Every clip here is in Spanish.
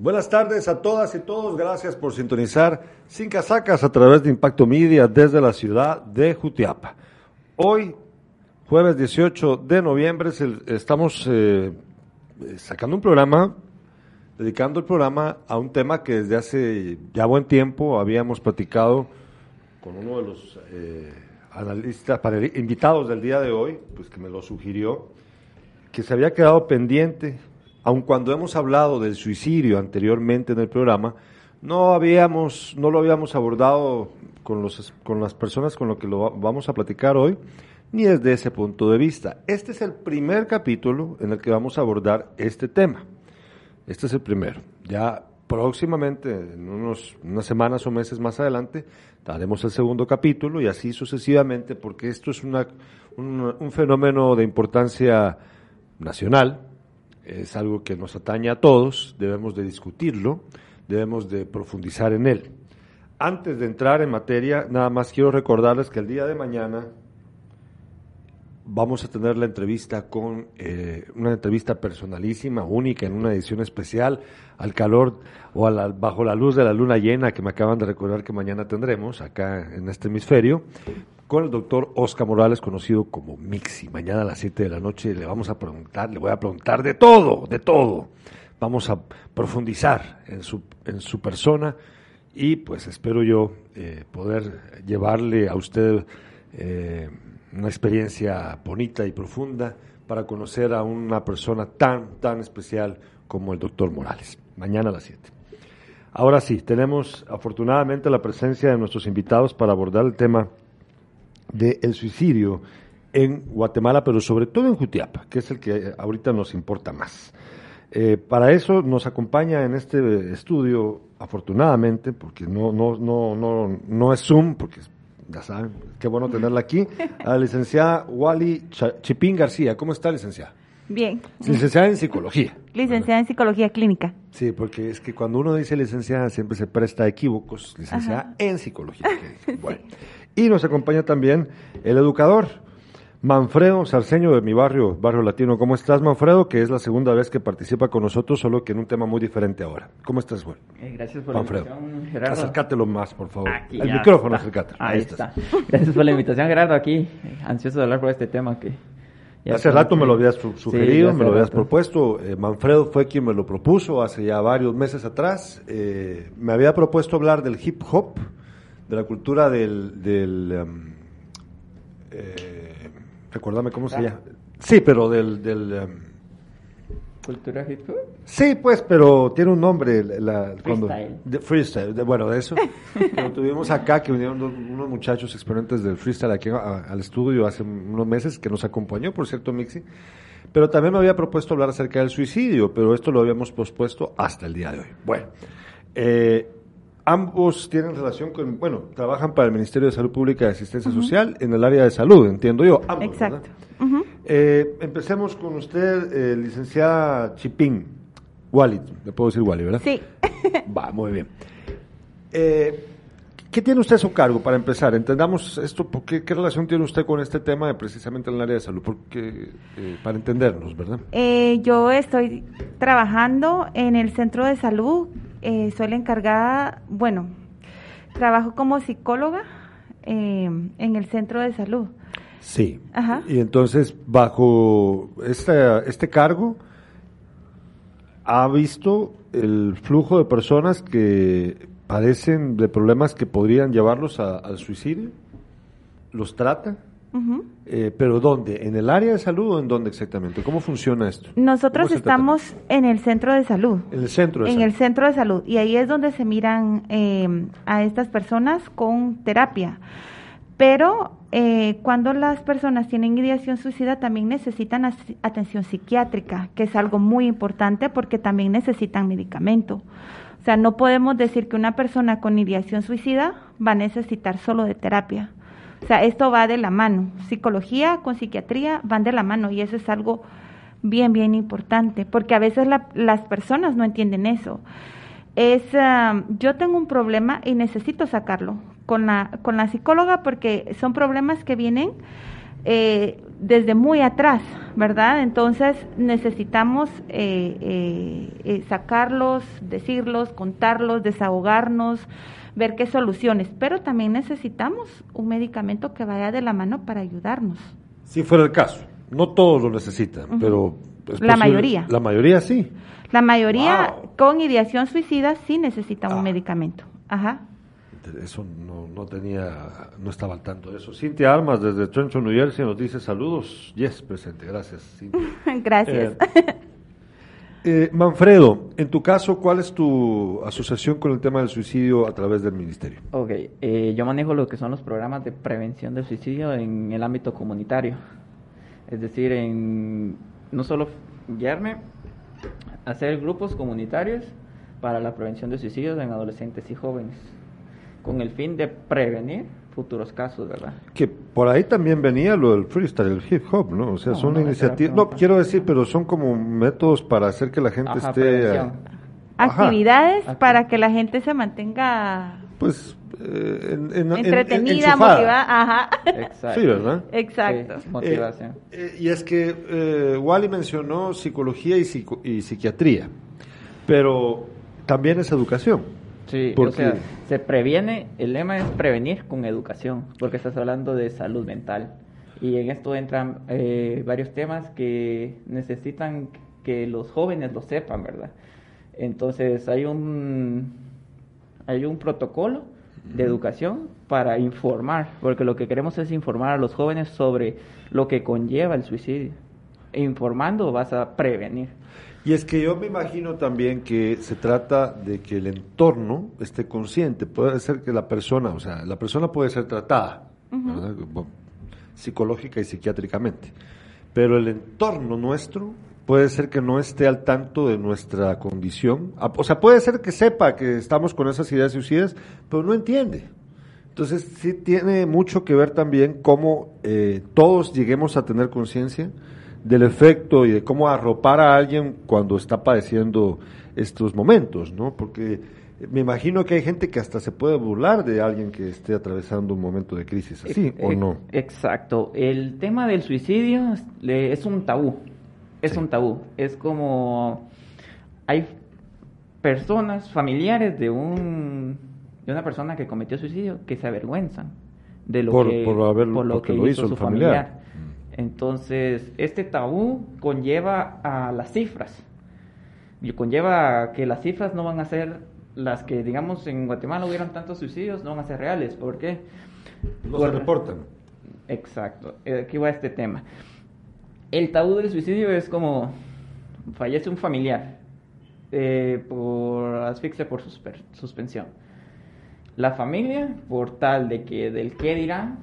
Buenas tardes a todas y todos, gracias por sintonizar Sin Casacas a través de Impacto Media desde la ciudad de Jutiapa. Hoy, jueves 18 de noviembre, estamos sacando un programa, dedicando el programa a un tema que desde hace ya buen tiempo habíamos platicado con uno de los analistas, invitados del día de hoy, pues que me lo sugirió, que se había quedado pendiente. Aun cuando hemos hablado del suicidio anteriormente en el programa, no lo habíamos abordado con las personas con las que lo vamos a platicar hoy, ni desde ese punto de vista. Este es el primer capítulo en el que vamos a abordar este tema. Este es el primero. Ya próximamente, en unas semanas o meses más adelante, daremos el segundo capítulo y así sucesivamente, porque esto es un fenómeno de importancia nacional. Es algo que nos atañe a todos, debemos de discutirlo, debemos de profundizar en él. Antes de entrar en materia, nada más quiero recordarles que el día de mañana vamos a tener la entrevista una entrevista personalísima, única, en una edición especial, al calor o bajo la luz de la luna llena, que me acaban de recordar que mañana tendremos acá en este hemisferio, con el doctor Oscar Morales, conocido como Mixi. Mañana a las 7 de la noche le voy a preguntar de todo. Vamos a profundizar en su persona y pues espero yo poder llevarle a usted una experiencia bonita y profunda para conocer a una persona tan especial como el doctor Morales. Mañana a las 7. Ahora sí, tenemos afortunadamente la presencia de nuestros invitados para abordar el tema del suicidio en Guatemala, pero sobre todo en Jutiapa, que es el que ahorita nos importa más. Para eso nos acompaña en este estudio, afortunadamente, porque no es Zoom, porque ya saben, qué bueno tenerla aquí, a la licenciada Wally Chipín García. ¿Cómo está, licenciada? Bien. Licenciada en psicología. Licenciada en psicología clínica. Sí, porque es que cuando uno dice licenciada siempre se presta a equívocos. Licenciada en psicología. Bueno. Y nos acompaña también el educador Manfredo Sarceño de mi barrio latino. ¿Cómo estás, Manfredo? Que es la segunda vez que participa con nosotros, solo que en un tema muy diferente ahora. ¿Cómo estás, güey? Gracias por Manfredo. La invitación, Gerardo. Acércatelo más, por favor. Aquí el micrófono, acércate. Ahí está. Gracias por la invitación, Gerardo. Aquí, ansioso de hablar por este tema que... Hace rato me lo habías sugerido, sí, me lo habías propuesto. Manfredo fue quien me lo propuso hace ya varios meses atrás. Me había propuesto hablar del hip hop, de la cultura recuérdame cómo se llama. Sí, pero ¿Cultura hip hop? Sí, pues, pero tiene un nombre. Freestyle. Bueno, de eso. Lo tuvimos acá, que vinieron unos muchachos exponentes del freestyle aquí al estudio hace unos meses, que nos acompañó, por cierto, Mixi. Pero también me había propuesto hablar acerca del suicidio, pero esto lo habíamos pospuesto hasta el día de hoy. Bueno, ambos tienen relación trabajan para el Ministerio de Salud Pública y Asistencia Social en el área de salud, entiendo yo. Ambos, exacto. ¿verdad? Empecemos con usted, licenciada Chipín. Wally, le puedo decir Wally, ¿verdad? Sí. Va, muy bien. ¿Qué tiene usted a su cargo para empezar? Entendamos esto, ¿qué relación tiene usted con este tema precisamente en el área de salud? Porque, para entendernos, ¿verdad? Yo estoy trabajando en el centro de salud, soy la encargada, trabajo como psicóloga en el centro de salud. Sí. Ajá. Y entonces, bajo este cargo, ¿ha visto el flujo de personas que padecen de problemas que podrían llevarlos al suicidio? ¿Los trata? Uh-huh. ¿Pero dónde? ¿En el área de salud o en dónde exactamente? ¿Cómo funciona esto? Nosotros estamos en el centro de salud. En el centro de salud. En el centro de salud. Y ahí es donde se miran a estas personas con terapia. Pero cuando las personas tienen ideación suicida también necesitan atención psiquiátrica, que es algo muy importante porque también necesitan medicamento. O sea, no podemos decir que una persona con ideación suicida va a necesitar solo de terapia. O sea, esto va de la mano. Psicología con psiquiatría van de la mano y eso es algo bien importante, porque a veces las personas no entienden eso. Yo tengo un problema y necesito sacarlo con la psicóloga porque son problemas que vienen desde muy atrás, ¿verdad? Entonces necesitamos sacarlos, decirlos, contarlos, desahogarnos, ver qué soluciones, pero también necesitamos un medicamento que vaya de la mano para ayudarnos. Si fuera el caso, no todos lo necesitan, pero... La mayoría. La mayoría sí. La mayoría con ideación suicida sí necesita un medicamento. Ajá. Eso no estaba al tanto de eso. Cintia Armas, desde Trenton, New Jersey, nos dice saludos. Yes, presente. Gracias, Cintia. Gracias. Manfredo, en tu caso, ¿cuál es tu asociación con el tema del suicidio a través del ministerio? Ok, yo manejo lo que son los programas de prevención del suicidio en el ámbito comunitario. Es decir, no solo guiarme, hacer grupos comunitarios para la prevención de suicidios en adolescentes y jóvenes, con el fin de prevenir futuros casos, ¿verdad? Que por ahí también venía lo del freestyle, el hip hop, ¿no? O sea, son iniciativas, quiero decir, pero son como métodos para hacer que la gente esté... Actividades para que la gente se mantenga... Pues... entretenida, motivada, Exacto. Sí, ¿verdad? Exacto. Sí, motivación. Y es que Wally mencionó psicología y psiquiatría, pero también es educación. Sí, o sea, se previene, el lema es prevenir con educación, porque estás hablando de salud mental. Y en esto entran varios temas que necesitan que los jóvenes lo sepan, ¿verdad? Entonces hay un protocolo de educación para informar, porque lo que queremos es informar a los jóvenes sobre lo que conlleva el suicidio. E informando vas a prevenir. Y es que yo me imagino también que se trata de que el entorno esté consciente. Puede ser que la persona puede ser tratada, ¿verdad? Psicológica y psiquiátricamente, pero el entorno nuestro puede ser que no esté al tanto de nuestra condición. O sea, puede ser que sepa que estamos con esas ideas suicidas, pero no entiende. Entonces, sí tiene mucho que ver también cómo todos lleguemos a tener conciencia del efecto y de cómo arropar a alguien cuando está padeciendo estos momentos, ¿no? Porque me imagino que hay gente que hasta se puede burlar de alguien que esté atravesando un momento de crisis así, ¿o no? Exacto. El tema del suicidio es un tabú. Es un tabú. Es como hay personas, familiares de una persona que cometió suicidio que se avergüenzan de lo que hizo su familiar. Entonces, este tabú conlleva a las cifras. Y conlleva a que las cifras no van a ser las que, digamos, en Guatemala hubieran tantos suicidios, no van a ser reales. ¿Por qué? No se reportan. Exacto. Aquí va este tema. El tabú del suicidio es como fallece un familiar por asfixia por suspensión. La familia, por tal de que del qué dirá,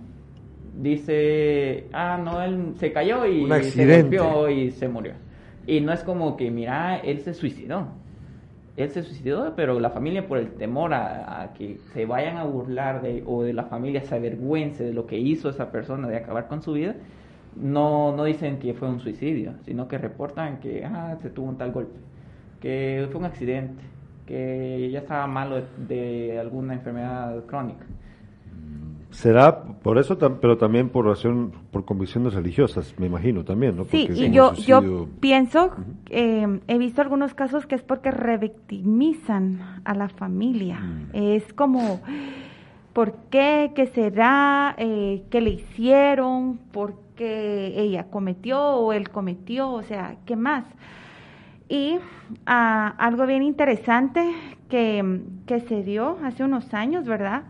dice, no, él se cayó y se golpeó y se murió. Y no es como que, mira, él se suicidó, pero la familia, por el temor a que se vayan a burlar o de la familia se avergüence de lo que hizo esa persona, de acabar con su vida, no dicen que fue un suicidio, sino que reportan que se tuvo un tal golpe, que fue un accidente, que ya estaba malo de alguna enfermedad crónica. Será por eso, pero también por convicciones religiosas, me imagino también, ¿no? Porque sí, y yo pienso, he visto algunos casos que es porque revictimizan a la familia. Es como, ¿por qué? ¿Qué será? ¿Qué le hicieron? ¿Por qué ella cometió o él cometió? O sea, ¿qué más? Y algo bien interesante que se dio hace unos años, ¿verdad?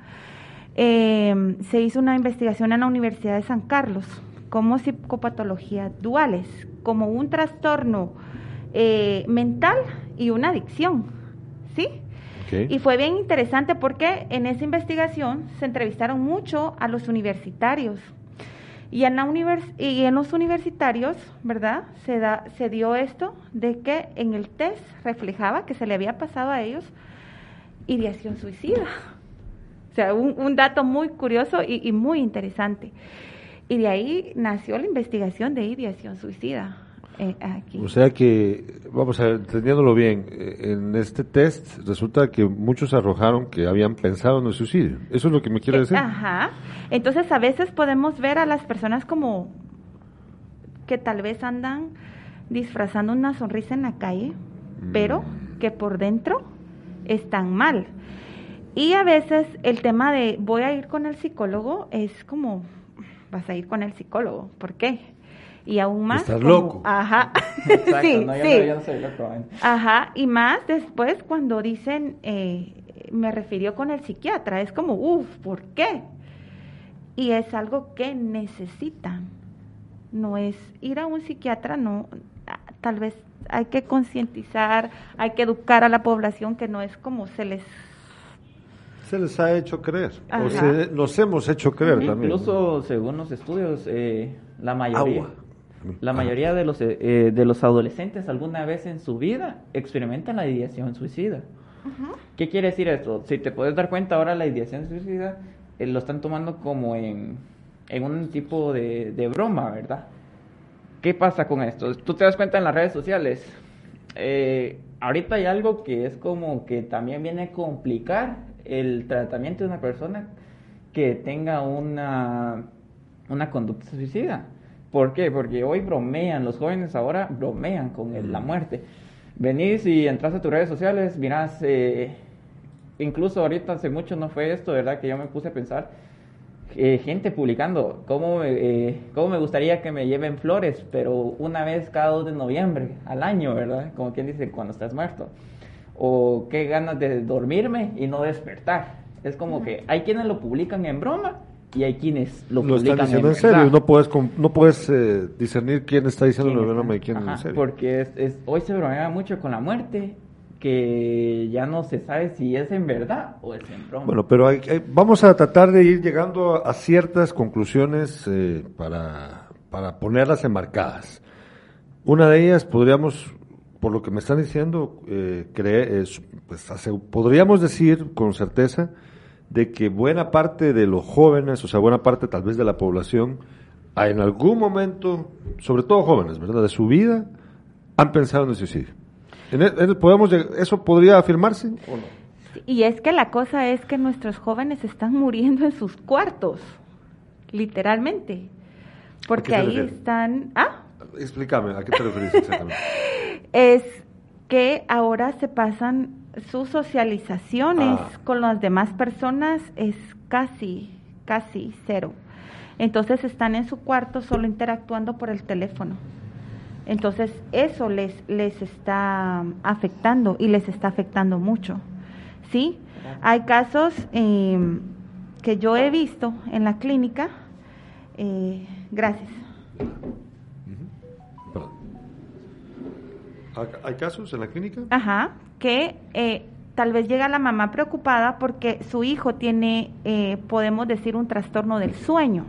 Se hizo una investigación en la Universidad de San Carlos como psicopatologías duales, como un trastorno mental y una adicción, ¿sí? Okay. Y fue bien interesante porque en esa investigación se entrevistaron mucho a los universitarios y en los universitarios, ¿verdad? Se dio esto de que en el test reflejaba que se le había pasado a ellos ideación suicida. O sea, un dato muy curioso y muy interesante. Y de ahí nació la investigación de ideación suicida aquí. O sea que, vamos a ver, entendiéndolo bien, en este test resulta que muchos arrojaron que habían pensado en el suicidio. ¿Eso es lo que me quiere decir? Ajá. Entonces, a veces podemos ver a las personas como que tal vez andan disfrazando una sonrisa en la calle, pero que por dentro están mal. Y a veces el tema de voy a ir con el psicólogo es como, vas a ir con el psicólogo, ¿por qué? Y aún más estás como, loco. Ajá. Exacto, sí, no, sí. yo no soy loco. Ajá, y más después cuando dicen, me refirió con el psiquiatra, es como, ¿por qué? Y es algo que necesitan, no es ir a un psiquiatra, no, tal vez hay que concientizar, hay que educar a la población que no es como se les ha hecho creer, Ajá. nos hemos hecho creer también. Incluso según los estudios, la mayoría... Agua. La mayoría de los adolescentes alguna vez en su vida experimentan la ideación suicida. uh-huh. ¿Qué quiere decir esto? Si te puedes dar cuenta ahora, la ideación suicida lo están tomando como en un tipo de broma, ¿verdad? ¿Qué pasa con esto? Tú te das cuenta en las redes sociales. Ahorita hay algo que es como que también viene a complicar el tratamiento de una persona que tenga una conducta suicida. ¿Por qué? Porque hoy bromean, los jóvenes ahora bromean con la muerte. Venís y entras a tus redes sociales, mirás, incluso ahorita hace mucho no fue esto, ¿verdad? Que yo me puse a pensar, gente publicando, ¿cómo me gustaría que me lleven flores? Pero una vez cada 2 de noviembre al año, ¿verdad? Como quien dice, cuando estás muerto. O qué ganas de dormirme y no despertar. Es como que hay quienes lo publican en broma, y hay quienes lo publican están diciendo en serio, no puedes discernir quién está diciendo la broma y quién en serio. Porque hoy se bromea mucho con la muerte, que ya no se sabe si es en verdad o es en broma. Bueno, pero vamos a tratar de ir llegando a ciertas conclusiones para ponerlas enmarcadas. Una de ellas podríamos, por lo que me están diciendo, podríamos decir con certeza de que buena parte de los jóvenes, o sea, buena parte tal vez de la población, en algún momento, sobre todo jóvenes, ¿verdad?, de su vida, han pensado en el suicidio. ¿Eso podría afirmarse o no? Y es que la cosa es que nuestros jóvenes están muriendo en sus cuartos, literalmente, porque ahí están... Explícame, ¿a qué te referís exactamente? Es que ahora se pasan sus socializaciones con las demás personas es casi cero. Entonces están en su cuarto solo interactuando por el teléfono. Entonces eso les está afectando y les está afectando mucho. ¿Sí? Hay casos que yo he visto en la clínica. Gracias. ¿Hay casos en la clínica? Ajá, que tal vez llega la mamá preocupada porque su hijo tiene, podemos decir, un trastorno del sueño.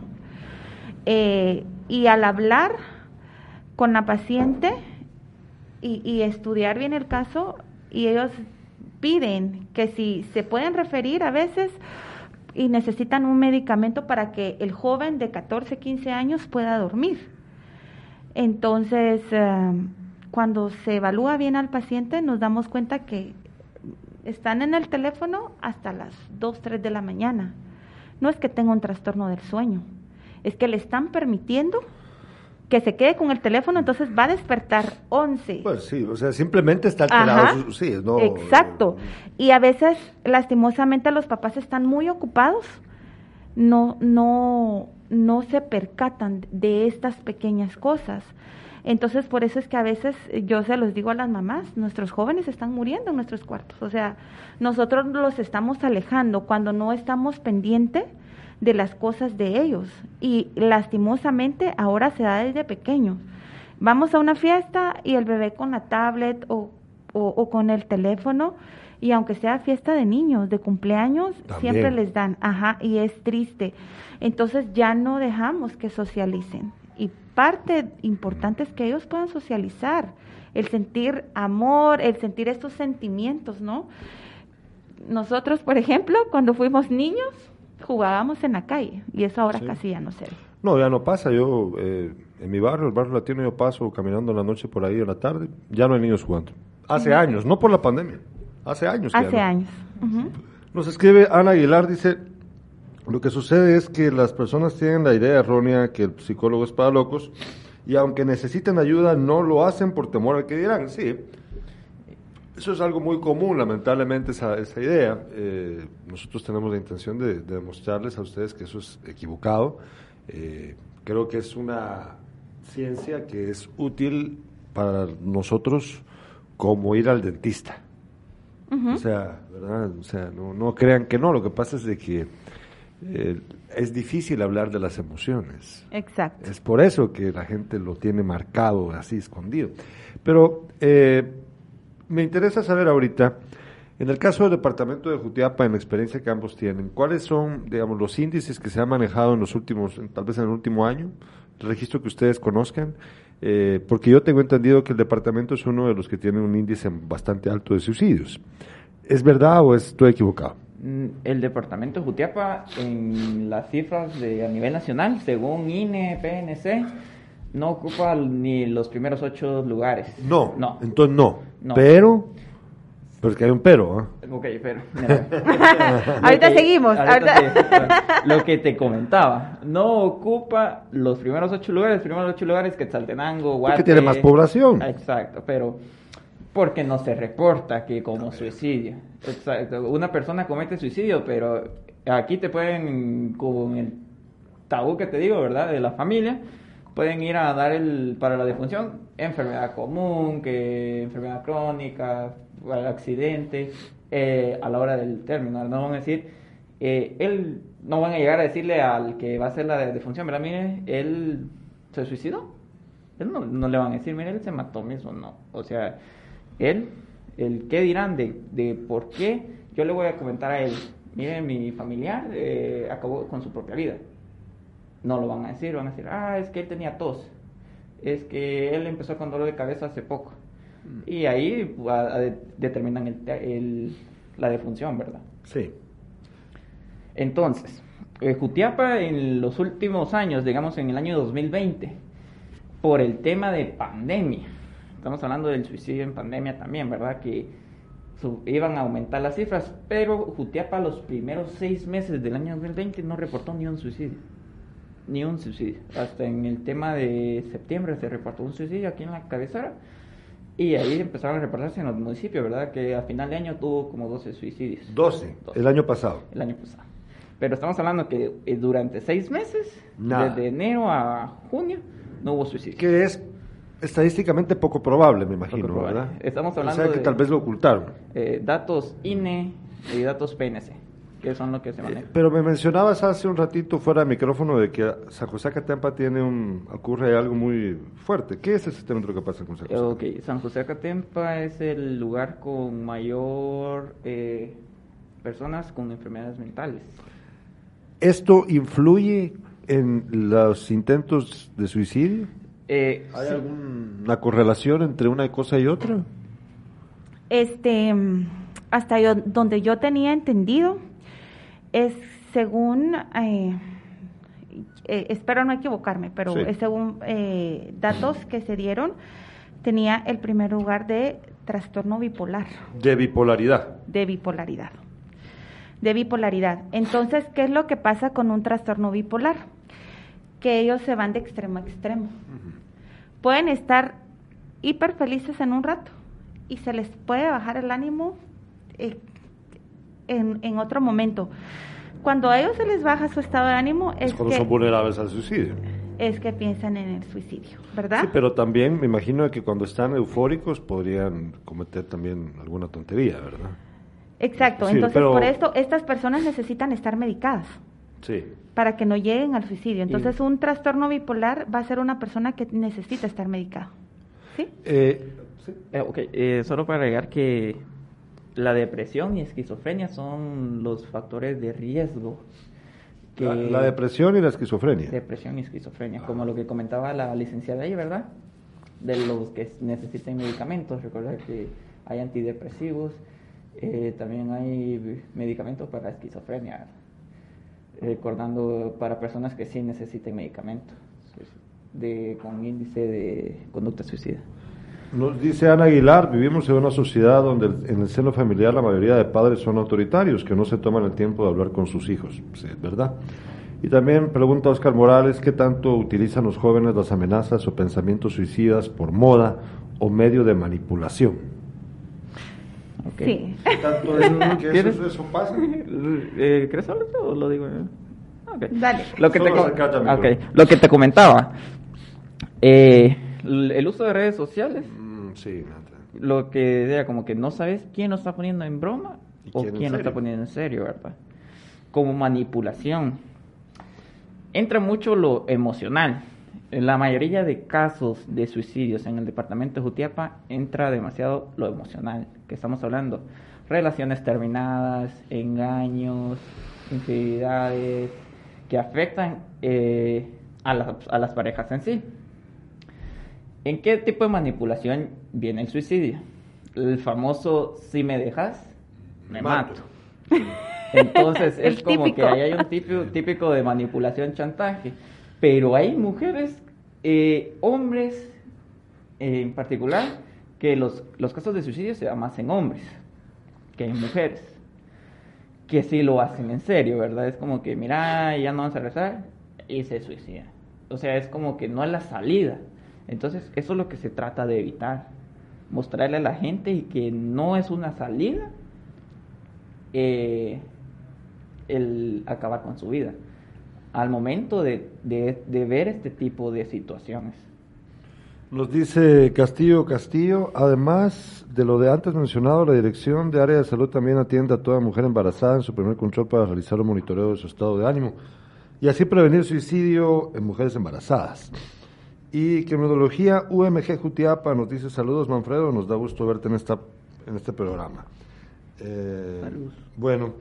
Y al hablar con la paciente y estudiar bien el caso, y ellos piden que si se pueden referir a veces y necesitan un medicamento para que el joven de 14, 15 años pueda dormir. Entonces... cuando se evalúa bien al paciente, nos damos cuenta que están en el teléfono hasta las 2, 3 de la mañana. No es que tenga un trastorno del sueño, es que le están permitiendo que se quede con el teléfono, entonces va a despertar 11. Pues sí, o sea, simplemente está alterado. Sí, no, exacto. Y a veces, lastimosamente, los papás están muy ocupados, no se percatan de estas pequeñas cosas. Entonces, por eso es que a veces yo se los digo a las mamás, nuestros jóvenes están muriendo en nuestros cuartos. O sea, nosotros los estamos alejando cuando no estamos pendientes de las cosas de ellos. Y lastimosamente ahora se da desde pequeños. Vamos a una fiesta y el bebé con la tablet o con el teléfono, y aunque sea fiesta de niños, de cumpleaños, también siempre les dan. Y es triste. Entonces ya no dejamos que socialicen. Y parte importante es que ellos puedan socializar, el sentir amor, el sentir estos sentimientos, ¿no? Nosotros, por ejemplo, cuando fuimos niños, jugábamos en la calle, y eso ahora casi ya no se ve. No, ya no pasa. Yo, en mi barrio, el barrio latino, yo paso caminando en la noche por ahí en la tarde, ya no hay niños jugando. Hace años, no por la pandemia, hace años. Hace años. Uh-huh. Nos escribe Ana Aguilar, dice... Lo que sucede es que las personas tienen la idea errónea que el psicólogo es para locos y aunque necesiten ayuda, no lo hacen por temor al que dirán. Sí, eso es algo muy común, lamentablemente, esa idea. Nosotros tenemos la intención de demostrarles a ustedes que eso es equivocado. Creo que es una ciencia que es útil para nosotros como ir al dentista. O sea, ¿verdad? O sea, no crean que no. Lo que pasa es de que es difícil hablar de las emociones. Exacto. Es por eso que la gente lo tiene marcado, así escondido. Pero me interesa saber ahorita, en el caso del departamento de Jutiapa, en la experiencia que ambos tienen, ¿cuáles son, digamos, los índices que se han manejado en los últimos, tal vez en el último año, el registro que ustedes conozcan? Porque yo tengo entendido que el departamento es uno de los que tiene un índice bastante alto de suicidios. ¿Es verdad o estoy equivocado? El departamento de Jutiapa, en las cifras a nivel nacional, según INE, PNC, no ocupa ni los primeros 8 lugares. No. Entonces no. Pero es que hay un pero, ¿eh? Ok, pero... Ahorita seguimos. Lo que te comentaba, no ocupa los primeros 8 lugares, Quetzaltenango, Guate... Porque tiene más población. Exacto, pero porque no se reporta que como suicidio. Exacto, una persona comete suicidio, pero aquí te pueden, con el tabú que te digo, ¿verdad?, de la familia, pueden ir a dar para la defunción enfermedad común, enfermedad crónica, accidente, a la hora del término. No van a decir, no van a llegar a decirle al que va a hacer la defunción, ¿verdad? Mire, él se suicidó. Él no le van a decir, mire, él se mató mismo, no. O sea, el qué dirán de por qué, yo le voy a comentar a él, mire, mi familiar acabó con su propia vida. No lo van a decir, van a decir, es que él tenía tos, es que él empezó con dolor de cabeza hace poco. Y ahí determinan la defunción, ¿verdad? Sí. Entonces, Jutiapa en los últimos años, digamos en el año 2020, por el tema de pandemia, estamos hablando del suicidio en pandemia también, ¿verdad? Que iban a aumentar las cifras, pero Jutiapa los primeros 6 meses del año 2020 no reportó ni un suicidio. Hasta en el tema de septiembre se reportó un suicidio aquí en la cabecera, y ahí empezaron a reportarse en los municipios, ¿verdad? Que a final de año tuvo como 12 suicidios. 12. El año pasado. Pero estamos hablando que durante 6 meses, desde enero a junio, no hubo suicidios. Que es estadísticamente poco probable, me imagino, ¿verdad? Estamos hablando que tal vez lo ocultaron. Datos INE y datos PNC, que son lo que se maneja. Pero me mencionabas hace un ratito fuera de micrófono de que San José Acatempa ocurre algo muy fuerte. ¿Qué es exactamente lo que pasa con San José? Ok, San José Acatempa es el lugar con mayor personas con enfermedades mentales. ¿Esto influye en los intentos de suicidio? ¿Hay sí. alguna correlación entre una cosa y otra? Hasta donde yo tenía entendido, es según, espero no equivocarme, pero es según datos que se dieron, tenía el primer lugar de trastorno bipolar. De bipolaridad. De bipolaridad. Entonces, ¿qué es lo que pasa con un trastorno bipolar? Que ellos se van de extremo a extremo. Pueden estar hiper felices en un rato y se les puede bajar el ánimo en otro momento. Cuando a ellos se les baja su estado de ánimo es cuando son vulnerables al suicidio. Es que piensan en el suicidio, ¿verdad? Sí, pero también me imagino que cuando están eufóricos podrían cometer también alguna tontería, ¿verdad? Exacto, Sí, entonces por esto estas personas necesitan estar medicadas. Sí. Para que no lleguen al suicidio. Entonces, un trastorno bipolar va a ser una persona que necesita estar medicada. ¿Sí? Solo para agregar que la depresión y esquizofrenia son los factores de riesgo. La depresión y la esquizofrenia. Depresión y esquizofrenia, como lo que comentaba la licenciada ahí, ¿verdad? De los que necesitan medicamentos. Recuerda que hay antidepresivos, también hay medicamentos para esquizofrenia. Recordando para personas que sí necesiten medicamentos con índice de conducta suicida. Nos dice Ana Aguilar, vivimos en una sociedad donde en el seno familiar la mayoría de padres son autoritarios, que no se toman el tiempo de hablar con sus hijos. Sí, es verdad. Y también pregunta Oscar Morales, ¿qué tanto utilizan los jóvenes las amenazas o pensamientos suicidas por moda o medio de manipulación? Okay. Sí. ¿Qué tanto eso pasa? ¿Quieres hablar o lo digo? Okay. Dale. Lo que, Solo acércate al okay. micrófono. Lo que te comentaba, el uso de redes sociales, Sí, lo que decía, como que no sabes quién lo está poniendo en broma ¿Y o quién en quién lo está serio? poniendo en serio, ¿verdad? Como manipulación. Entra mucho lo emocional. En la mayoría de casos de suicidios en el departamento de Jutiapa entra demasiado lo emocional, que estamos hablando. Relaciones terminadas, engaños, infidelidades, que afectan a las parejas en sí. ¿En qué tipo de manipulación viene el suicidio? El famoso, si me dejas, me mato. Entonces El es como típico. que ahí hay un típico de manipulación, chantaje. Pero hay mujeres, hombres en particular, que los casos de suicidio se dan más en hombres que en mujeres. Que sí lo hacen en serio, ¿verdad? Es como que, mira, ya no vamos a rezar, y se suicida. O sea, es como que no es la salida. Entonces, eso es lo que se trata de evitar. Mostrarle a la gente que no es una salida el acabar con su vida. Al momento de ver este tipo de situaciones. Nos dice Castillo, además de lo de antes mencionado, la Dirección de Área de Salud también atiende a toda mujer embarazada en su primer control para realizar un monitoreo de su estado de ánimo y así prevenir suicidio en mujeres embarazadas. Y Criminología UMG Jutiapa nos dice saludos Manfredo, nos da gusto verte en este programa. Saludos. Bueno,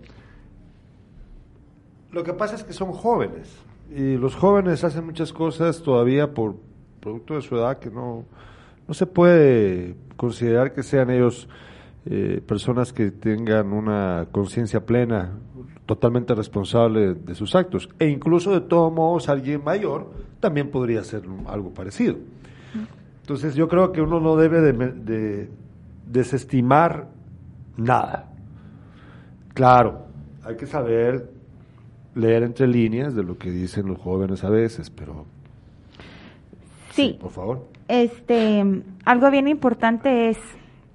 lo que pasa es que son jóvenes y los jóvenes hacen muchas cosas todavía por producto de su edad que no se puede considerar que sean ellos personas que tengan una conciencia plena, totalmente responsable de sus actos. E incluso de todos modos alguien mayor también podría hacer algo parecido. Entonces yo creo que uno no debe de desestimar nada. Claro, hay que saber leer entre líneas de lo que dicen los jóvenes a veces, pero Sí, por favor. Algo bien importante es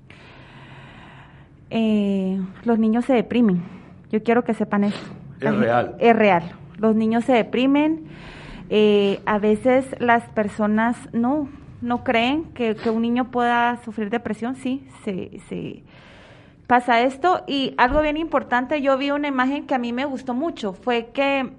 los niños se deprimen. Yo quiero que sepan eso. Es real. Es real. Los niños se deprimen. A veces las personas no creen que un niño pueda sufrir depresión. Sí, se pasa esto. Y algo bien importante, yo vi una imagen que a mí me gustó mucho, fue que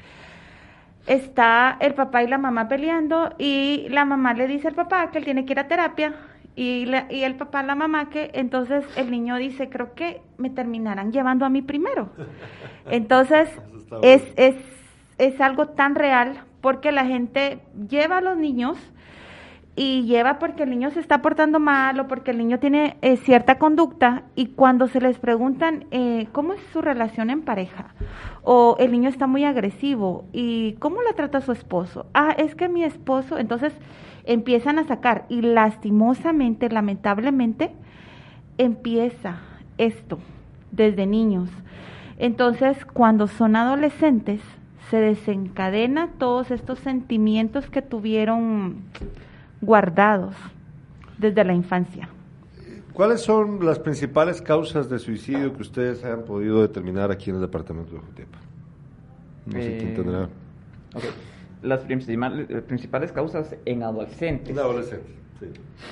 está el papá y la mamá peleando y la mamá le dice al papá que él tiene que ir a terapia y el papá a la mamá que entonces el niño dice, creo que me terminarán llevando a mí primero. Entonces es algo tan real porque la gente lleva a los niños y lleva porque el niño se está portando mal o porque el niño tiene cierta conducta y cuando se les preguntan cómo es su relación en pareja o el niño está muy agresivo y cómo la trata su esposo, es que mi esposo, entonces empiezan a sacar y lastimosamente, lamentablemente empieza esto desde niños. Entonces cuando son adolescentes se desencadena todos estos sentimientos que tuvieron guardados desde la infancia. ¿Cuáles son las principales causas de suicidio que ustedes hayan podido determinar aquí en el departamento de Jutiapa? No sé quién tendrá. Okay. Las principales causas en adolescentes. En adolescentes, sí.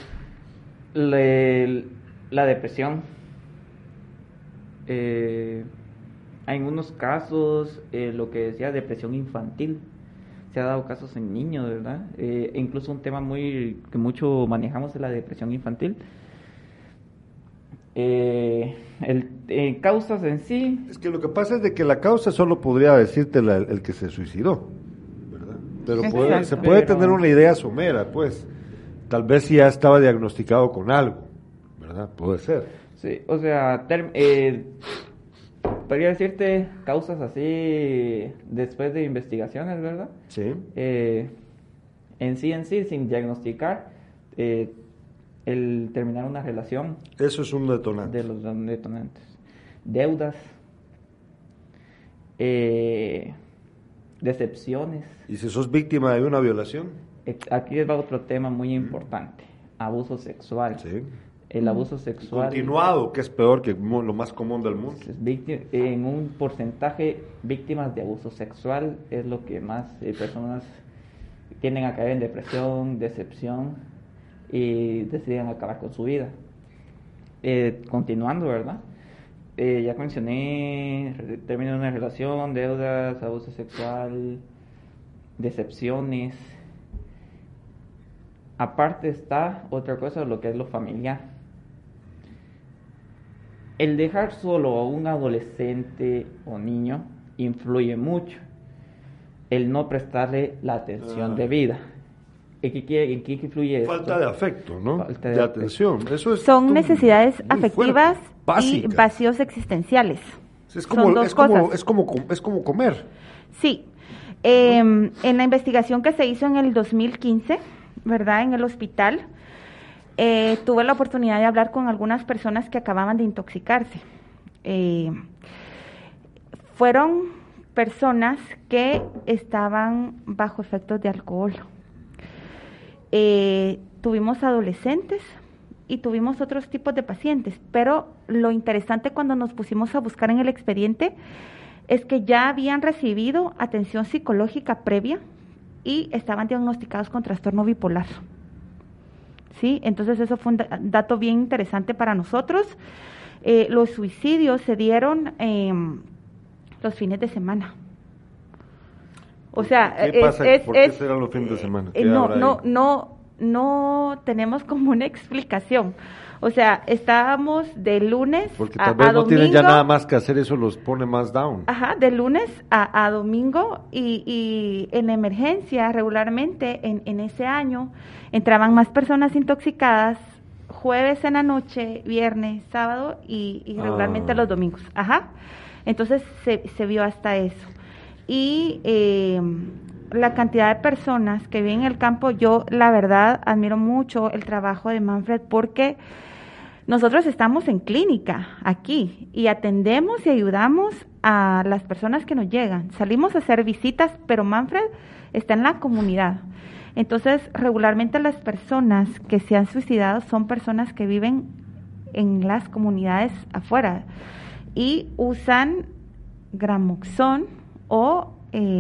La depresión. Hay unos casos, lo que decía, depresión infantil. Se ha dado casos en niños, ¿verdad? Incluso un tema que mucho manejamos es la depresión infantil. Causas en sí. Es que lo que pasa es de que la causa solo podría decirte el que se suicidó, ¿verdad? Pero se puede tener una idea somera, pues. Tal vez si ya estaba diagnosticado con algo, ¿verdad? Puede ser. Sí, o sea, podría decirte causas así después de investigaciones, ¿verdad? Sí. En sí, sin diagnosticar, el terminar una relación. Eso es un detonante. De los detonantes. Deudas. decepciones. ¿Y si sos víctima de una violación? Aquí va otro tema muy importante, abuso sexual. Sí. El abuso sexual Continuado, que es peor que lo más común del mundo. en un porcentaje, víctimas de abuso sexual es lo que más personas tienden a caer en depresión, decepción y deciden acabar con su vida. Continuando, ¿verdad? Ya mencioné término de una relación, deudas, abuso sexual, decepciones. Aparte está otra cosa, lo que es lo familiar. El dejar solo a un adolescente o niño influye mucho. El no prestarle la atención debida. ¿En qué influye esto? Falta de afecto, ¿no? Falta de de atención. Eso es Son necesidades muy afectivas fuerte, y básicas. vacíos existenciales. Es Son como, dos es, como, cosas. es como comer. Sí. En la investigación que se hizo en el 2015, ¿verdad? En el hospital, tuve la oportunidad de hablar con algunas personas que acababan de intoxicarse. Fueron personas que estaban bajo efectos de alcohol. Tuvimos adolescentes y tuvimos otros tipos de pacientes, pero lo interesante cuando nos pusimos a buscar en el expediente es que ya habían recibido atención psicológica previa y estaban diagnosticados con trastorno bipolar. ¿Sí? Entonces eso fue un dato bien interesante para nosotros. Los suicidios se dieron los fines de semana. O sea, ¿Qué pasa? ¿Por qué serán los fines de semana? No tenemos como una explicación. O sea, estábamos de lunes Porque a tal vez no domingo. tienen ya nada más que hacer, eso los pone más down. Ajá, de lunes a domingo y en emergencia regularmente en ese año entraban más personas intoxicadas jueves en la noche, viernes, sábado y regularmente los domingos. Ajá, entonces se vio hasta eso. Y la cantidad de personas que viven en el campo, yo la verdad admiro mucho el trabajo de Manfred porque nosotros estamos en clínica aquí y atendemos y ayudamos a las personas que nos llegan. Salimos a hacer visitas, pero Manfred está en la comunidad. Entonces, regularmente las personas que se han suicidado son personas que viven en las comunidades afuera y usan Gramoxón o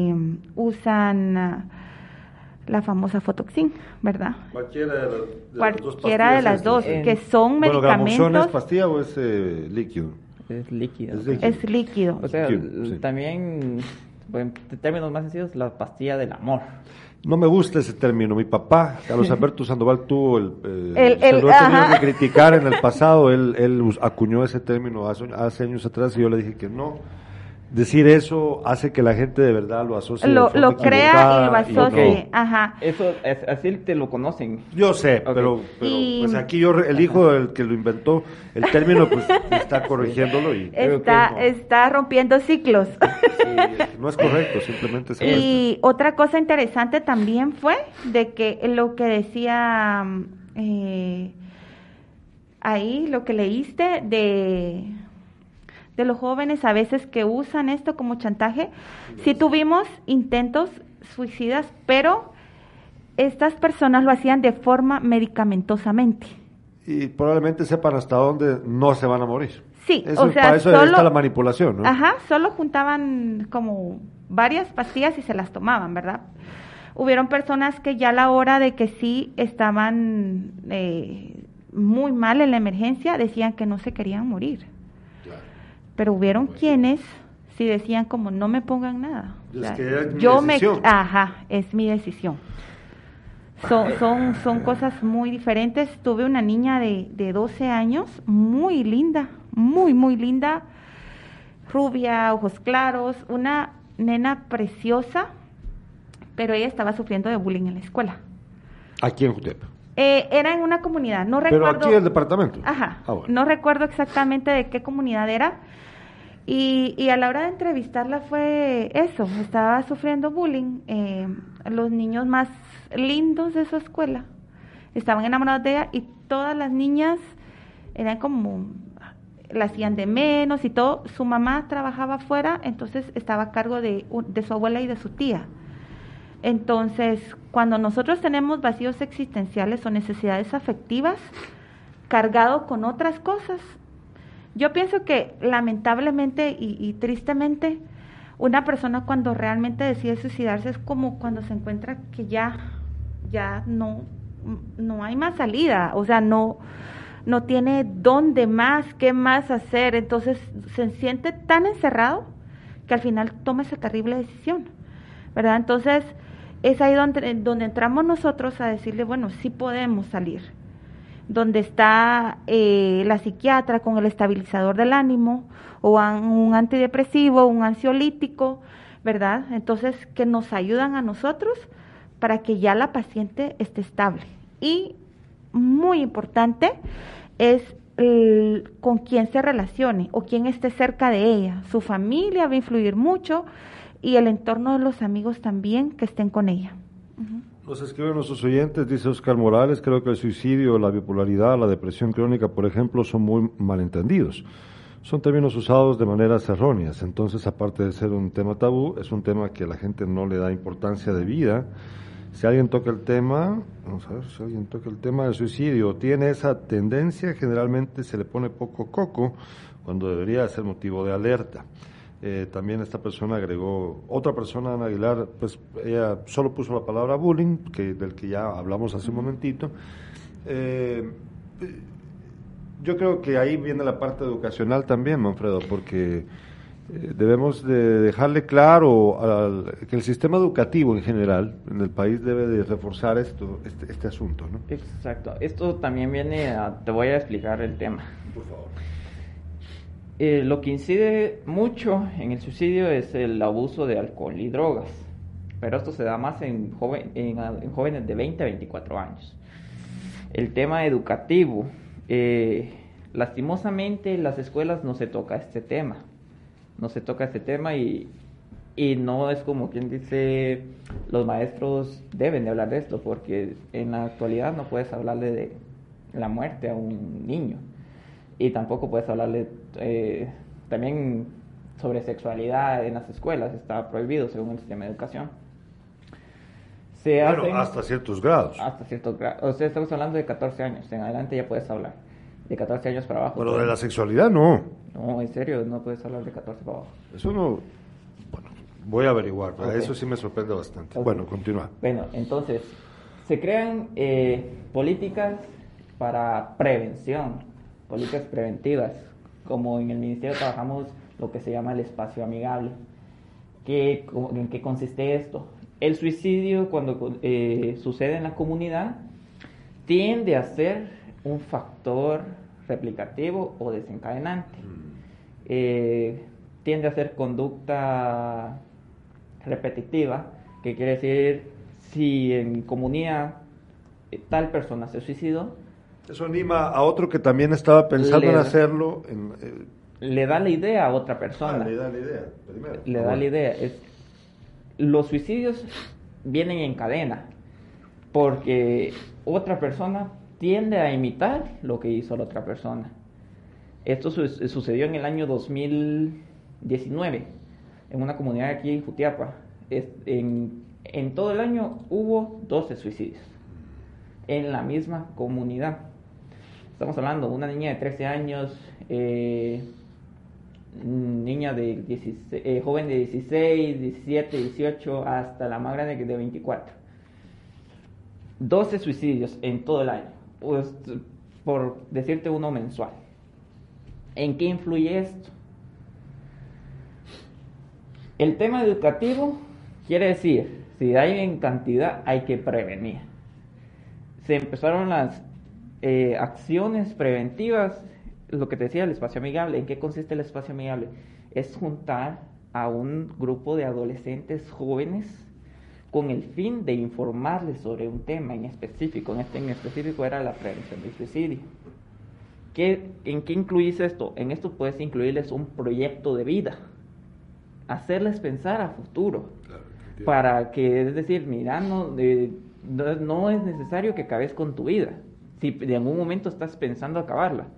usan la famosa Fotoxin, ¿verdad? Cualquiera de las dos, que son medicamentos. ¿Gramoxón es pastilla o es líquido? Es líquido. Es líquido. O sea, Sí. también, en términos más sencillos, la pastilla del amor. No me gusta ese término. Mi papá, Carlos Alberto Sandoval, tuvo se lo he tenido ajá. que criticar en el pasado. Él acuñó ese término hace años atrás y yo le dije que no. Decir eso hace que la gente de verdad lo asocie. Lo crea y lo asocie. No. Ajá. Eso, así te lo conocen. Yo sé, Ok. pero Y- pues aquí el hijo del que lo inventó, el término, pues está corrigiéndolo y Está rompiendo ciclos. no es correcto, simplemente es Y otra cosa interesante también fue de que lo que decía ahí, lo que leíste de los jóvenes a veces que usan esto como chantaje. Sí tuvimos intentos suicidas, pero estas personas lo hacían de forma medicamentosamente. y probablemente sepan hasta dónde no se van a morir. Sí, Eso, o sea, para eso solo está la manipulación, ¿no? Ajá, solo juntaban como varias pastillas y se las tomaban, ¿verdad? Hubieron personas que ya a la hora de que sí estaban muy mal en la emergencia, decían que no se querían morir. Claro. Pero hubieron quienes sí decían como no me pongan nada. Es O sea, que es mi yo decisión. ajá, es mi decisión. Son cosas muy diferentes. Tuve una niña de 12 años, muy linda, muy linda, rubia, ojos claros, una nena preciosa, pero ella estaba sufriendo de bullying en la escuela. Aquí en Jutepa. Era en una comunidad, no Pero recuerdo. aquí en el departamento. Ajá, Ah, bueno. no recuerdo exactamente de qué comunidad era. Y a la hora de entrevistarla fue eso, estaba sufriendo bullying. Los niños más lindos de su escuela estaban enamorados de ella y todas las niñas eran como la hacían de menos y todo. Su mamá trabajaba afuera, entonces estaba a cargo de su abuela y de su tía. Entonces, cuando nosotros tenemos vacíos existenciales o necesidades afectivas, cargado con otras cosas, yo pienso que lamentablemente y tristemente, una persona cuando realmente decide suicidarse es como cuando se encuentra que ya no hay más salida, o sea, no tiene dónde más, qué más hacer, entonces se siente tan encerrado que al final toma esa terrible decisión, ¿verdad? Entonces es ahí donde entramos nosotros a decirle, bueno, sí podemos salir, donde está la psiquiatra con el estabilizador del ánimo o un antidepresivo, un ansiolítico, ¿verdad? Entonces que nos ayudan a nosotros para que ya la paciente esté estable. Y muy importante es con quién se relacione o quién esté cerca de ella. Su familia va a influir mucho y el entorno de los amigos también que estén con ella. Uh-huh. Nos escriben nuestros oyentes, dice Oscar Morales, creo que el suicidio, la bipolaridad, la depresión crónica, por ejemplo, son muy malentendidos. Son términos usados de maneras erróneas. Entonces, aparte de ser un tema tabú, es un tema que la gente no le da importancia de vida. Si alguien toca el tema, vamos a ver, si alguien toca el tema del suicidio, tiene esa tendencia, generalmente se le pone poco coco, cuando debería ser motivo de alerta. También esta persona agregó, otra persona, Ana Aguilar, pues ella solo puso la palabra bullying, del que ya hablamos hace un momentito. Yo creo que ahí viene la parte educacional también, Manfredo, porque debemos de dejarle claro que el sistema educativo en general en el país debe de reforzar este asunto, ¿no? Exacto. Esto también viene te voy a explicar el tema. Por favor. Lo que incide mucho en el suicidio es el abuso de alcohol y drogas, pero esto se da más en jóvenes de 20 a 24 años. El tema educativo, lastimosamente en las escuelas no se toca este tema, y no es como quien dice, los maestros deben de hablar de esto, porque en la actualidad no puedes hablarle de la muerte a un niño. Y tampoco puedes hablarle también sobre sexualidad en las escuelas, está prohibido según el sistema de educación. Hasta ciertos grados. Hasta ciertos grados. O sea, estamos hablando de 14 años, en adelante ya puedes hablar. De 14 años para abajo. Pero de la sexualidad no. No, en serio, no puedes hablar de 14 para abajo. Eso no. Bueno, voy a averiguar, pero okay. Eso sí me sorprende bastante. Okay. Bueno, continúa. Bueno, entonces, se crean políticas para prevención. Políticas preventivas, como en el ministerio trabajamos lo que se llama el espacio amigable. ¿En qué consiste esto? El suicidio, cuando sucede en la comunidad, tiende a ser un factor replicativo o desencadenante. Tiende a ser conducta repetitiva, que quiere decir, si en comunidad tal persona se suicidó, eso anima a otro que también estaba pensando en hacerlo. Le da la idea a otra persona. Le da la idea, primero. Le da la idea. Los suicidios vienen en cadena, porque otra persona tiende a imitar lo que hizo la otra persona. Esto sucedió en el año 2019, en una comunidad aquí en Jutiapa. En todo el año hubo 12 suicidios, en la misma comunidad. Estamos hablando de una niña de 13 años, joven de 16, 17, 18, hasta la más grande de 24. 12 suicidios en todo el año, pues, por decirte uno mensual. ¿En qué influye esto? El tema educativo quiere decir, si hay en cantidad, hay que prevenir. Se empezaron las acciones preventivas, lo que te decía, el espacio amigable. ¿En qué consiste el espacio amigable? Es juntar a un grupo de adolescentes jóvenes con el fin de informarles sobre un tema en específico. En específico era la prevención del suicidio. ¿En qué incluís esto? En esto puedes incluirles un proyecto de vida, hacerles pensar a futuro, claro, para que, es decir, mira, no es necesario que acabes con tu vida, si en algún momento estás pensando acabarla,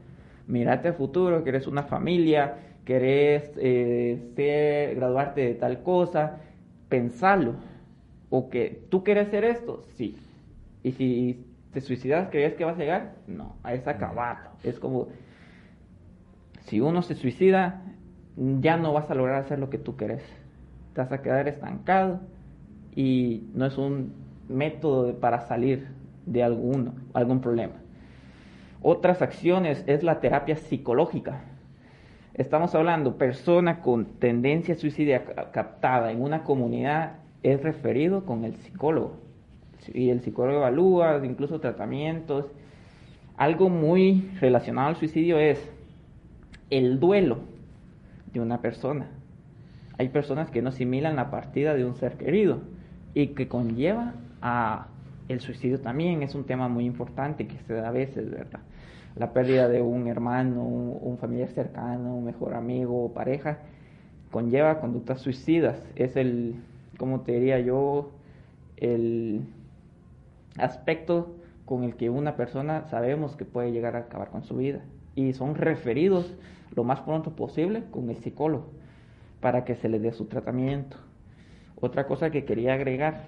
Mírate a futuro, querés una familia, querés graduarte de tal cosa, pensalo. ¿O que tú quieres hacer esto? Sí. Y si te suicidas, ¿crees que vas a llegar? No, es acabarlo. Es como, si uno se suicida, ya no vas a lograr hacer lo que tú querés. Te vas a quedar estancado y no es un método para salir de algún problema. Otras acciones es la terapia psicológica. Estamos hablando, persona con tendencia suicida captada en una comunidad es referido con el psicólogo. Y el psicólogo evalúa, incluso tratamientos. Algo muy relacionado al suicidio es el duelo de una persona. Hay personas que no asimilan la partida de un ser querido y que conlleva a el suicidio también. Es un tema muy importante que se da a veces, ¿verdad? La pérdida de un hermano, un familiar cercano, un mejor amigo o pareja, conlleva conductas suicidas. Es el, como te diría yo, el aspecto con el que una persona sabemos que puede llegar a acabar con su vida. Y son referidos lo más pronto posible con el psicólogo para que se les dé su tratamiento. Otra cosa que quería agregar: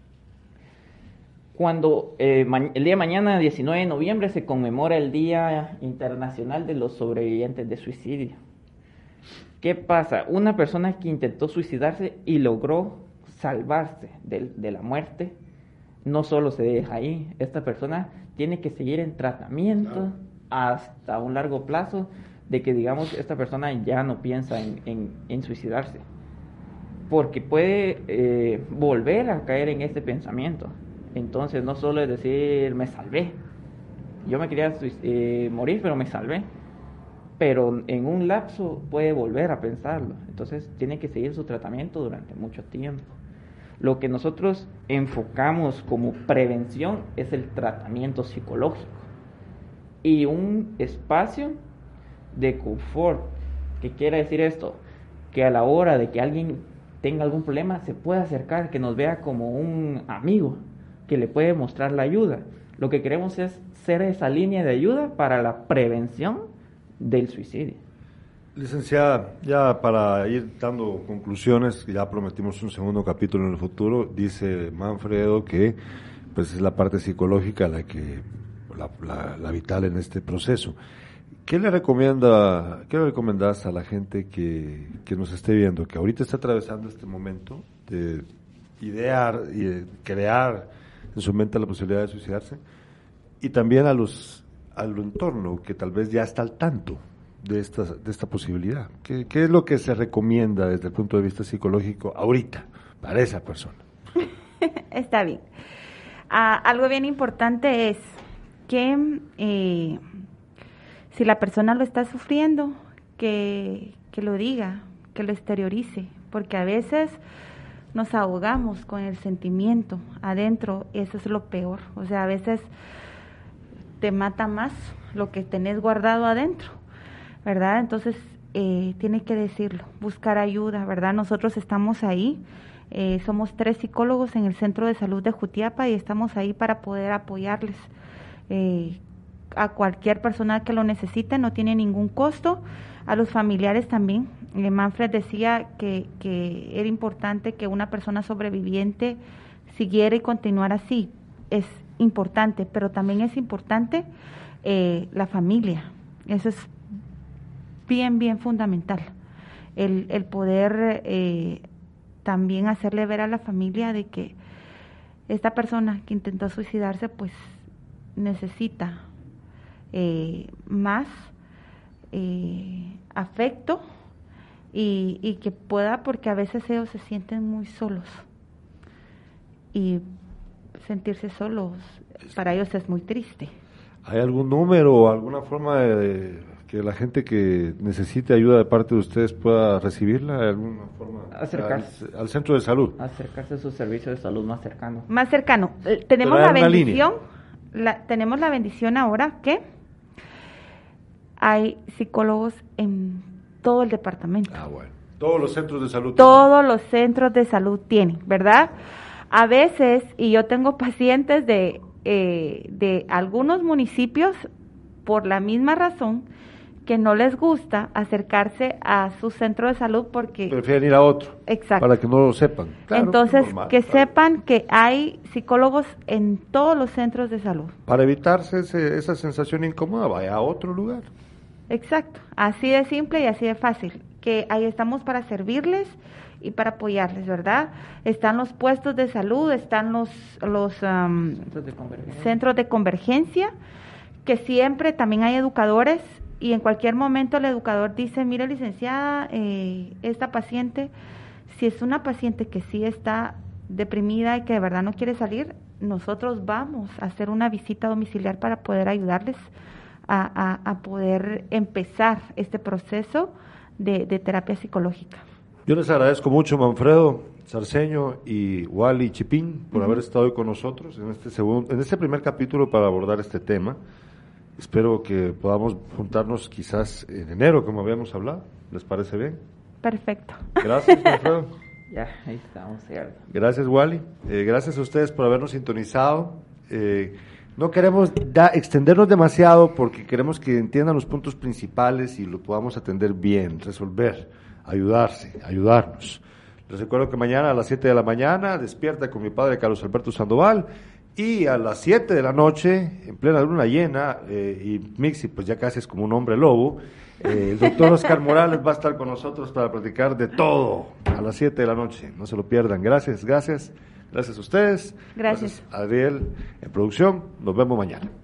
cuando el día de mañana, 19 de noviembre, se conmemora el Día Internacional de los Sobrevivientes de Suicidio. ¿Qué pasa? Una persona que intentó suicidarse y logró salvarse de la muerte, no solo se deja ahí. Esta persona tiene que seguir en tratamiento hasta un largo plazo, de que, digamos, esta persona ya no piensa en suicidarse, porque puede volver a caer en este pensamiento. Entonces no solo es decir, me salvé, yo me quería morir, pero me salvé, pero en un lapso puede volver a pensarlo. Entonces tiene que seguir su tratamiento durante mucho tiempo. Lo que nosotros enfocamos como prevención es el tratamiento psicológico y un espacio de confort. ¿Qué quiere decir esto? Que a la hora de que alguien tenga algún problema se puede acercar, que nos vea como un amigo que le puede mostrar la ayuda. Lo que queremos es ser esa línea de ayuda para la prevención del suicidio. Licenciada, ya para ir dando conclusiones, ya prometimos un segundo capítulo en el futuro, dice Manfredo que pues es la parte psicológica la que la vital en este proceso. ¿Qué le recomendás a la gente que nos esté viendo, que ahorita está atravesando este momento de idear y de crear en su mente la posibilidad de suicidarse, y también al entorno que tal vez ya está al tanto de esta posibilidad? ¿Qué es lo que se recomienda desde el punto de vista psicológico ahorita para esa persona? Está bien. Algo bien importante es que si la persona lo está sufriendo, que lo diga, que lo exteriorice, porque a veces nos ahogamos con el sentimiento adentro. Eso es lo peor. O sea, a veces te mata más lo que tenés guardado adentro, ¿verdad? Entonces, tiene que decirlo, buscar ayuda, ¿verdad? Nosotros estamos ahí, somos 3 psicólogos en el Centro de Salud de Jutiapa y estamos ahí para poder apoyarles. A cualquier persona que lo necesite, no tiene ningún costo. A los familiares también. Manfred decía que era importante que una persona sobreviviente siguiera y continuara así. Es importante, pero también es importante la familia. Eso es bien, bien fundamental. El poder también hacerle ver a la familia de que esta persona que intentó suicidarse, pues necesita más afecto y que pueda, porque a veces ellos se sienten muy solos y sentirse solos para ellos es muy triste. ¿Hay algún número o alguna forma de que la gente que necesite ayuda de parte de ustedes pueda recibirla de alguna forma? Acercarse al centro de salud. Acercarse a su servicio de salud más cercano. Más cercano. Tenemos la bendición, tenemos la bendición ahora que hay psicólogos en todo el departamento. Bueno. Todos los centros de salud. Todos los centros de salud tienen, ¿verdad? A veces, y yo tengo pacientes de algunos municipios por la misma razón que no les gusta acercarse a su centro de salud porque... Prefieren ir a otro. Exacto. Para que no lo sepan. Claro, entonces, normal, que sepan que hay psicólogos en todos los centros de salud. Para evitarse esa sensación incómoda, vaya a otro lugar. Exacto, así de simple y así de fácil, que ahí estamos para servirles y para apoyarles, ¿verdad? Están los puestos de salud, están los centros de convergencia, que siempre también hay educadores y en cualquier momento el educador dice, mire licenciada, esta paciente, si es una paciente que sí está deprimida y que de verdad no quiere salir, nosotros vamos a hacer una visita domiciliar para poder ayudarles a poder empezar este proceso de terapia psicológica. Yo les agradezco mucho, Manfredo Sarceño y Wally Chipín, por haber estado hoy con nosotros en este primer capítulo para abordar este tema. Espero que podamos juntarnos quizás en enero, como habíamos hablado. ¿Les parece bien? Perfecto. Gracias, Manfredo. Ya, ahí estamos, cierto. Gracias, Wally. Gracias a ustedes por habernos sintonizado. No queremos extendernos demasiado porque queremos que entiendan los puntos principales y lo podamos atender bien, resolver, ayudarnos. Les recuerdo que mañana a las 7 de la mañana despierta con mi padre Carlos Alberto Sandoval y a las 7 de la noche, en plena luna llena, y Mixi pues ya casi es como un hombre lobo, el doctor Oscar Morales va a estar con nosotros para platicar de todo a las 7 de la noche. No se lo pierdan. Gracias a ustedes. Gracias. Adriel en producción. Nos vemos mañana.